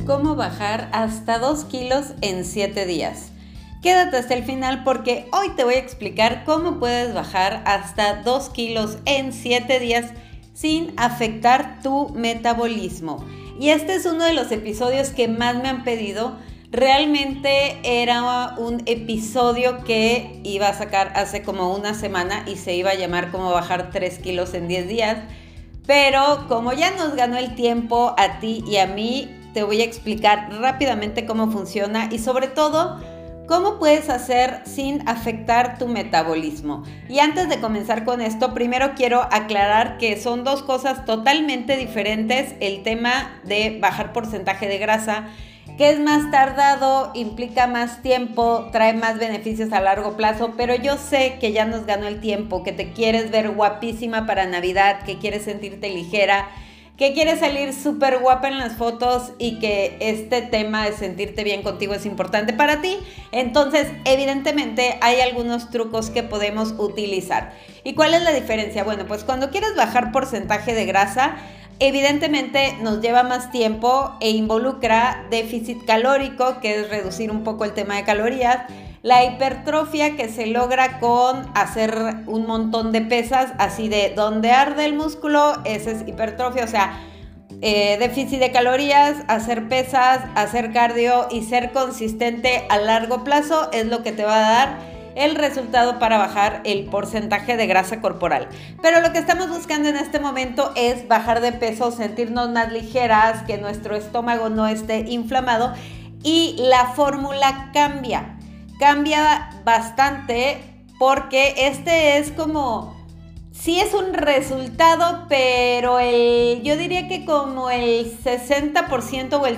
cómo bajar hasta 2 kilos en 7 días. Quédate hasta el final porque hoy te voy a explicar cómo puedes bajar hasta 2 kilos en 7 días sin afectar tu metabolismo. Y este es uno de los episodios que más me han pedido. Realmente era un episodio que iba a sacar hace como una semana y se iba a llamar cómo bajar 3 kilos en 10 días. Pero como ya nos ganó el tiempo a ti y a mí, te voy a explicar rápidamente cómo funciona y sobre todo cómo puedes hacer sin afectar tu metabolismo. Y antes de comenzar con esto, primero quiero aclarar que son dos cosas totalmente diferentes. El tema de bajar porcentaje de grasa, que es más tardado, implica más tiempo, trae más beneficios a largo plazo, pero yo sé que ya nos ganó el tiempo, que te quieres ver guapísima para Navidad, que quieres sentirte ligera, que quieres salir súper guapa en las fotos y que este tema de sentirte bien contigo es importante para ti. Entonces, evidentemente, hay algunos trucos que podemos utilizar. ¿Y cuál es la diferencia? Bueno, pues cuando quieres bajar porcentaje de grasa, evidentemente nos lleva más tiempo e involucra déficit calórico, que es reducir un poco el tema de calorías, la hipertrofia que se logra con hacer un montón de pesas, así de donde arde el músculo, esa es hipertrofia, o sea, déficit de calorías, hacer pesas, hacer cardio y ser consistente a largo plazo es lo que te va a dar el resultado para bajar el porcentaje de grasa corporal. Pero lo que estamos buscando en este momento es bajar de peso, sentirnos más ligeras, que nuestro estómago no esté inflamado y la fórmula cambia bastante porque este es como, sí es un resultado, pero yo diría que como el 60% o el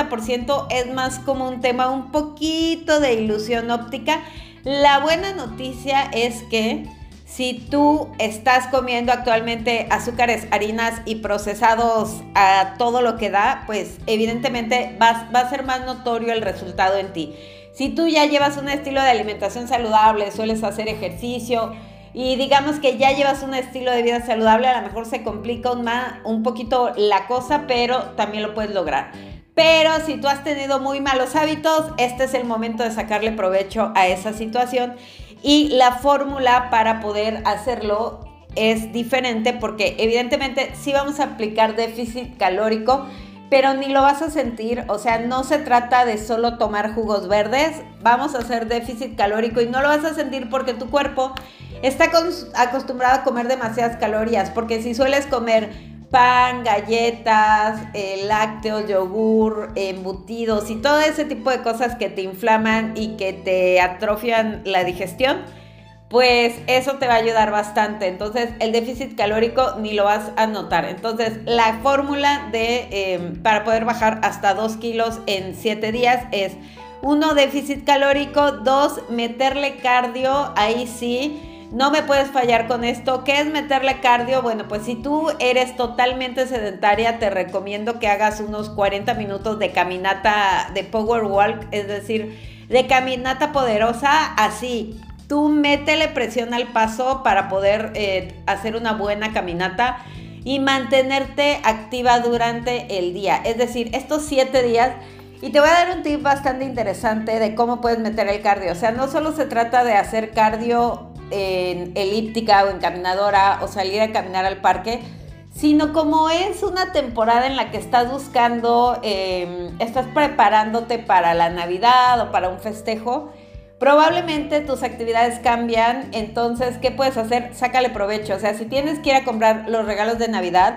50% es más como un tema un poquito de ilusión óptica. La buena noticia es que si tú estás comiendo actualmente azúcares, harinas y procesados a todo lo que da, pues evidentemente va a ser más notorio el resultado en ti. Si tú ya llevas un estilo de alimentación saludable, sueles hacer ejercicio y digamos que ya llevas un estilo de vida saludable, a lo mejor se complica un poquito la cosa, pero también lo puedes lograr. Pero si tú has tenido muy malos hábitos, este es el momento de sacarle provecho a esa situación y la fórmula para poder hacerlo es diferente porque evidentemente sí vamos a aplicar déficit calórico, pero ni lo vas a sentir, o sea, no se trata de solo tomar jugos verdes, vamos a hacer déficit calórico y no lo vas a sentir porque tu cuerpo está acostumbrado a comer demasiadas calorías, porque si sueles comer pan, galletas, lácteos, yogur, embutidos y todo ese tipo de cosas que te inflaman y que te atrofian la digestión, pues eso te va a ayudar bastante. Entonces el déficit calórico ni lo vas a notar. Entonces la fórmula para poder bajar hasta 2 kilos en 7 días es 1, déficit calórico, 2, meterle cardio, ahí sí. No me puedes fallar con esto. ¿Qué es meterle cardio? Bueno, pues si tú eres totalmente sedentaria, te recomiendo que hagas unos 40 minutos de caminata, de power walk, es decir, de caminata poderosa, así. Tú métele presión al paso para poder hacer una buena caminata y mantenerte activa durante el día. Es decir, estos 7 días. Y te voy a dar un tip bastante interesante de cómo puedes meter el cardio. O sea, no solo se trata de hacer cardio en elíptica o en caminadora o salir a caminar al parque, sino como es una temporada en la que estás buscando, estás preparándote para la Navidad o para un festejo, probablemente tus actividades cambian. Entonces, ¿qué puedes hacer? Sácale provecho. O sea, si tienes que ir a comprar los regalos de Navidad,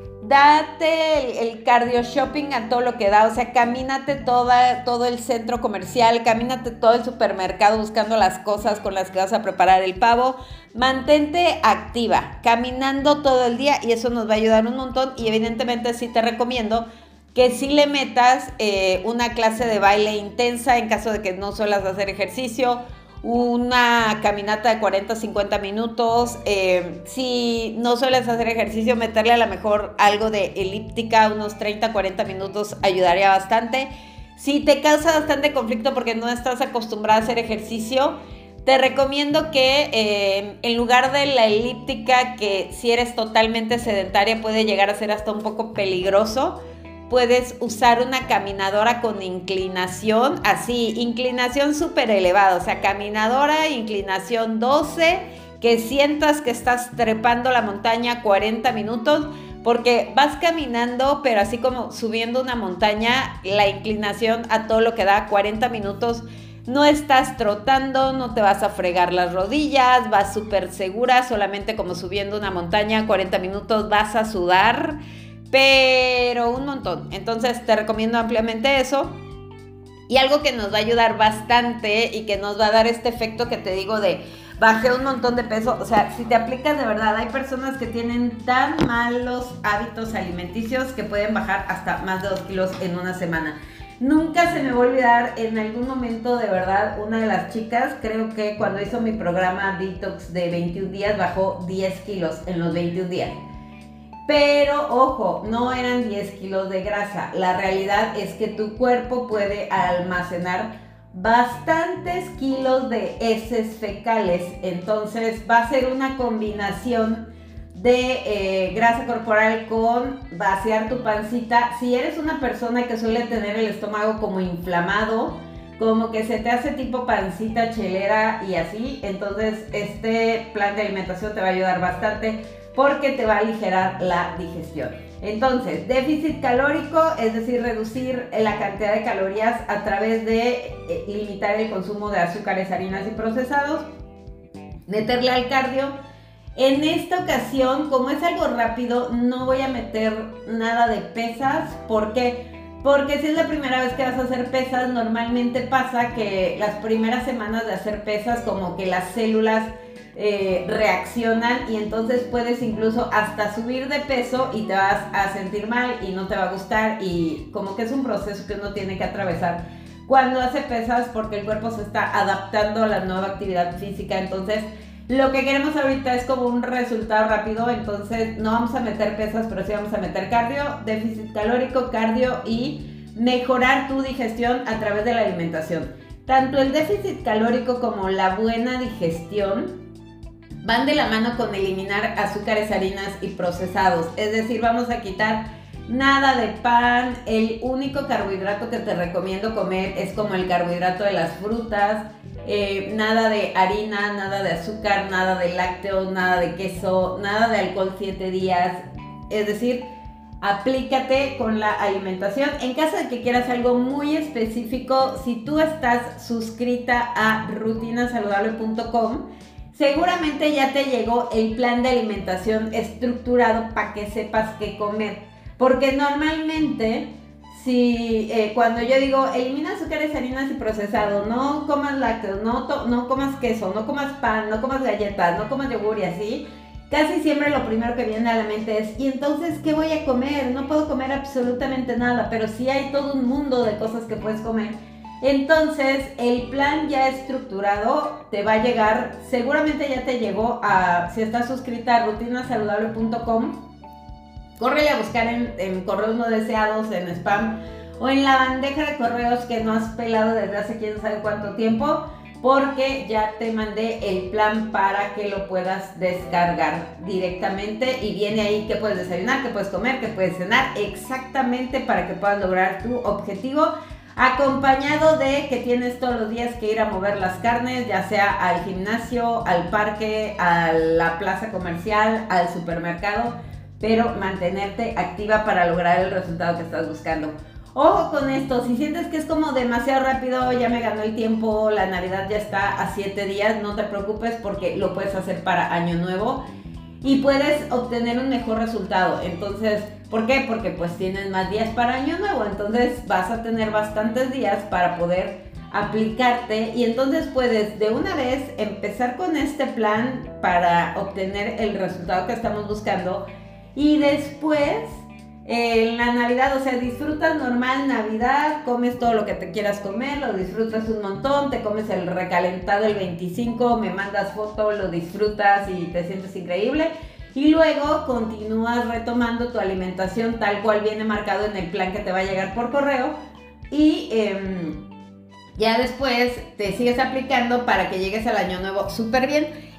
date el cardio shopping a todo lo que da, o sea, camínate todo el centro comercial, camínate todo el supermercado buscando las cosas con las que vas a preparar el pavo, mantente activa, caminando todo el día y eso nos va a ayudar un montón. Y evidentemente sí te recomiendo que sí le metas una clase de baile intensa en caso de que no suelas hacer ejercicio, una caminata de 40 a 50 minutos, si no sueles hacer ejercicio, meterle a lo mejor algo de elíptica, unos 30 a 40 minutos ayudaría bastante. Si te causa bastante conflicto porque no estás acostumbrada a hacer ejercicio, te recomiendo que en lugar de la elíptica, que si eres totalmente sedentaria puede llegar a ser hasta un poco peligroso, puedes usar una caminadora con inclinación, así, inclinación súper elevada, o sea, caminadora, inclinación 12, que sientas que estás trepando la montaña 40 minutos, porque vas caminando, pero así como subiendo una montaña, la inclinación a todo lo que da 40 minutos. No estás trotando, no te vas a fregar las rodillas, vas súper segura, solamente como subiendo una montaña, 40 minutos vas a sudar, pero un montón. Entonces te recomiendo ampliamente eso. Y algo que nos va a ayudar bastante y que nos va a dar este efecto que te digo de bajé un montón de peso. O sea, si te aplicas de verdad, hay personas que tienen tan malos hábitos alimenticios que pueden bajar hasta más de 2 kilos en una semana. Nunca se me va a olvidar, en algún momento de verdad, una de las chicas, creo que cuando hizo mi programa Detox de 21 días, bajó 10 kilos en los 21 días. Pero, ojo, no eran 10 kilos de grasa. La realidad es que tu cuerpo puede almacenar bastantes kilos de heces fecales. Entonces, va a ser una combinación de grasa corporal con vaciar tu pancita. Si eres una persona que suele tener el estómago como inflamado, como que se te hace tipo pancita chelera y así, entonces este plan de alimentación te va a ayudar bastante porque te va a aligerar la digestión. Entonces, déficit calórico, es decir, reducir la cantidad de calorías a través de limitar el consumo de azúcares, harinas y procesados, meterle al cardio. En esta ocasión, como es algo rápido, no voy a meter nada de pesas. ¿Por qué? Porque si es la primera vez que vas a hacer pesas, normalmente pasa que las primeras semanas de hacer pesas como que las células reaccionan y entonces puedes incluso hasta subir de peso y te vas a sentir mal y no te va a gustar, y como que es un proceso que uno tiene que atravesar cuando hace pesas porque el cuerpo se está adaptando a la nueva actividad física. Entonces lo que queremos ahorita es como un resultado rápido, entonces no vamos a meter pesas, pero sí vamos a meter cardio, déficit calórico, cardio y mejorar tu digestión a través de la alimentación. Tanto el déficit calórico como la buena digestión van de la mano con eliminar azúcares, harinas y procesados. Es decir, vamos a quitar nada de pan. El único carbohidrato que te recomiendo comer es como el carbohidrato de las frutas. Nada de harina, nada de azúcar, nada de lácteos, nada de queso, nada de alcohol 7 días. Es decir, aplícate con la alimentación. En caso de que quieras algo muy específico, si tú estás suscrita a rutinasaludable.com, seguramente ya te llegó el plan de alimentación estructurado para que sepas qué comer. Porque normalmente, cuando yo digo elimina azúcares, harinas y procesados, no comas lácteos, no comas queso, no comas pan, no comas galletas, no comas yogur y así, casi siempre lo primero que viene a la mente es ¿y entonces qué voy a comer? No puedo comer absolutamente nada, pero sí hay todo un mundo de cosas que puedes comer. Entonces el plan ya estructurado te va a llegar, seguramente ya te llegó si estás suscrita a rutinasaludable.com, córrele a buscar en correos no deseados, en spam o en la bandeja de correos que no has pelado desde hace quién sabe cuánto tiempo, porque ya te mandé el plan para que lo puedas descargar directamente y viene ahí qué puedes desayunar, qué puedes comer, qué puedes cenar, exactamente para que puedas lograr tu objetivo, acompañado de que tienes todos los días que ir a mover las carnes, ya sea al gimnasio, al parque, a la plaza comercial, al supermercado, pero mantenerte activa para lograr el resultado que estás buscando. Ojo con esto, si sientes que es como demasiado rápido, ya me ganó el tiempo, la Navidad ya está a 7 días, no te preocupes porque lo puedes hacer para Año Nuevo y puedes obtener un mejor resultado. Entonces, ¿por qué? Porque pues tienes más días para Año Nuevo, entonces vas a tener bastantes días para poder aplicarte y entonces puedes de una vez empezar con este plan para obtener el resultado que estamos buscando y después en la Navidad, o sea, disfrutas normal Navidad, comes todo lo que te quieras comer, lo disfrutas un montón, te comes el recalentado el 25, me mandas foto, lo disfrutas y te sientes increíble. Y luego continúas retomando tu alimentación tal cual viene marcado en el plan que te va a llegar por correo y ya después te sigues aplicando para que llegues al Año Nuevo súper bien.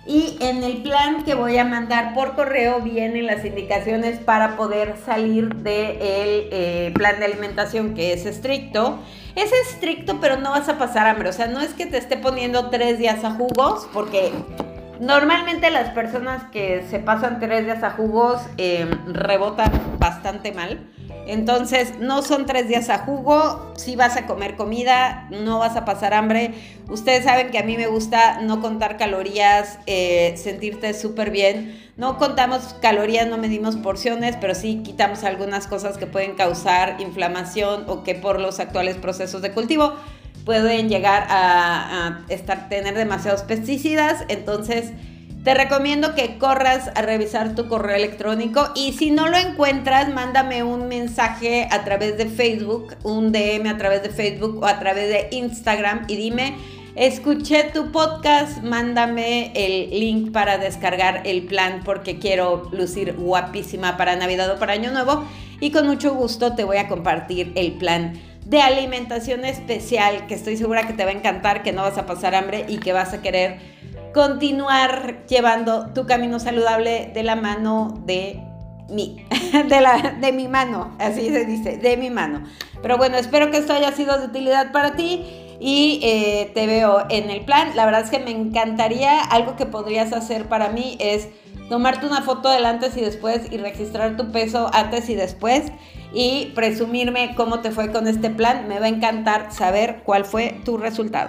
Y en el plan que voy a mandar por correo vienen las indicaciones para poder salir del plan de alimentación, que es estricto. Es estricto, pero no vas a pasar hambre. O sea, no es que te esté poniendo 3 días a jugos, porque normalmente las personas que se pasan 3 días a jugos rebotan bastante mal. Entonces, no son 3 días a jugo, sí vas a comer comida, no vas a pasar hambre. Ustedes saben que a mí me gusta no contar calorías, sentirte súper bien. No contamos calorías, no medimos porciones, pero sí quitamos algunas cosas que pueden causar inflamación o que por los actuales procesos de cultivo pueden llegar a tener demasiados pesticidas. Entonces, te recomiendo que corras a revisar tu correo electrónico y si no lo encuentras, mándame un mensaje a través de Facebook, un DM a través de Facebook o a través de Instagram y dime, escuché tu podcast, mándame el link para descargar el plan porque quiero lucir guapísima para Navidad o para Año Nuevo y con mucho gusto te voy a compartir el plan de alimentación especial que estoy segura que te va a encantar, que no vas a pasar hambre y que vas a querer continuar llevando tu camino saludable de la mano de mí, de mi mano, así se dice, de mi mano. Pero bueno, espero que esto haya sido de utilidad para ti y te veo en el plan. La verdad es que me encantaría, algo que podrías hacer para mí es tomarte una foto del antes y después y registrar tu peso antes y después y presumirme cómo te fue con este plan. Me va a encantar saber cuál fue tu resultado.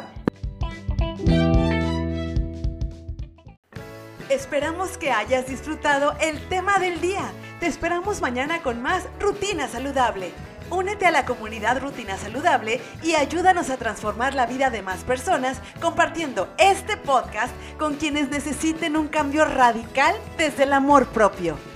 Esperamos que hayas disfrutado el tema del día. Te esperamos mañana con más Rutina Saludable. Únete a la comunidad Rutina Saludable y ayúdanos a transformar la vida de más personas compartiendo este podcast con quienes necesiten un cambio radical desde el amor propio.